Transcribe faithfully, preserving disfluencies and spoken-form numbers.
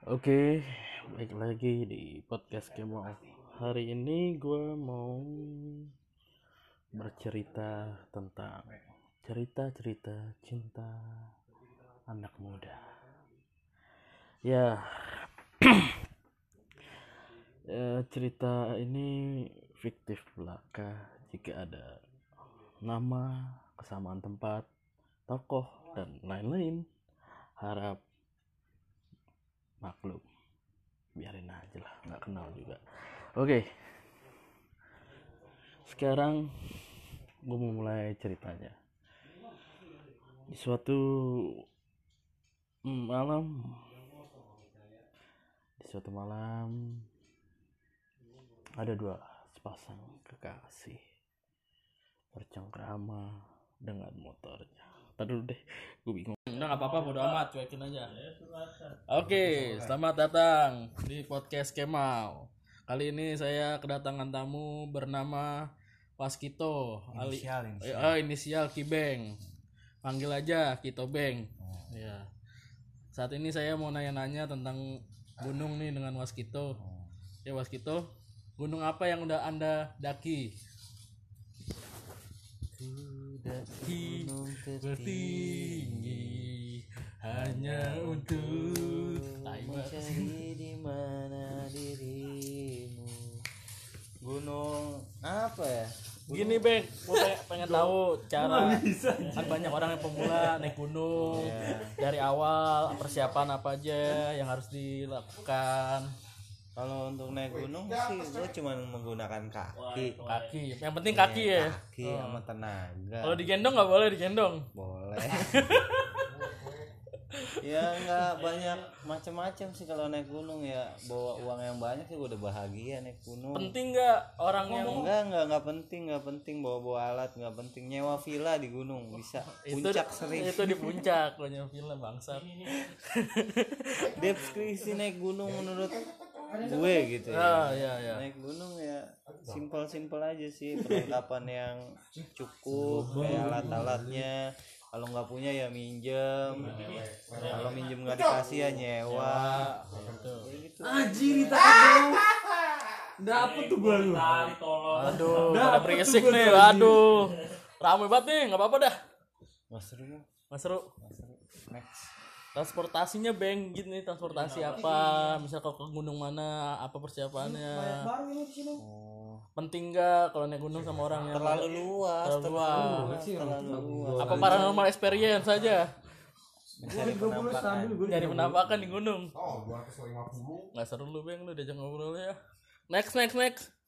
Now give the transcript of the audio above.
Oke, baik lagi di podcast Kemal. Hari ini gue mau bercerita tentang cerita-cerita cinta anak muda. Ya, ya cerita ini fiktif belaka jika ada nama, kesamaan tempat, tokoh, dan lain-lain. Harap maklum, biarin aja lah, nggak kenal juga. Oke, sekarang gue mau mulai ceritanya. Di suatu malam, di suatu malam ada dua sepasang kekasih bercengkrama dengan motornya. Tadi dulu deh, gue bingung. Udah nggak apa-apa, bodo amat, cuekin aja. Oke, selamat datang di podcast Kemal. Kali ini saya kedatangan tamu bernama Waskito, Inisial, ali, inisial. Oh, inisial Kibeng. Panggil aja Kito Beng. Oh. Ya. Saat ini saya mau nanya-nanya tentang gunung nih dengan Waskito. Oh. Ya Waskito, gunung apa yang udah Anda daki? Daki bertinggi hanya untuk mencari di mana dirimu. Gunung apa ya? Gini Beng, gue pengen, pengen tahu cara kan banyak orang yang pemula naik gunung. Ya. Dari awal persiapan apa aja yang harus dilakukan? Kalau untuk naik gunung sih gue cuma menggunakan kaki. Kaki, yang penting kaki ya. Kaki sama tenaga. Kalau digendong nggak boleh digendong. Boleh. Ya nggak banyak macam-macam sih kalau naik gunung ya, bawa uang yang banyak sih gue udah bahagia naik gunung. Penting nggak orang yang Enggak, enggak, enggak penting, enggak penting bawa-bawa alat, enggak penting nyewa villa di gunung bisa. Puncak itu, sering. itu di puncak banyak film bangsat. Deskripsi naik gunung menurut gue gitu ya. Ah, ya, ya. Naik gunung ya simpel-simpel aja sih, perlengkapan yang cukup, kayak alat-alatnya. Kalau nggak punya ya minjem. Kalau minjem nggak dikasih ya nyewa. Gitu. Anjir, takut. Dapet tuh gua lu. Aduh, pada berisik nih, aduh. Ramai banget nih, nggak apa-apa dah. Nggak seru ya? Nggak seru. Nggak seru. Next. Transportasinya Beng, gitu nih, transportasi apa? Misal kalau ke gunung mana, apa persiapannya? Oh. Penting nggak kalau naik gunung sama orang yang Terlalu luas, terlalu luas? terlalu luas. Apa paranormal experience saja? Mencari penampakan. Nyari penampakan di gunung. Nggak seru lu Beng, lu diajak ngobrol ya. Next, next, next.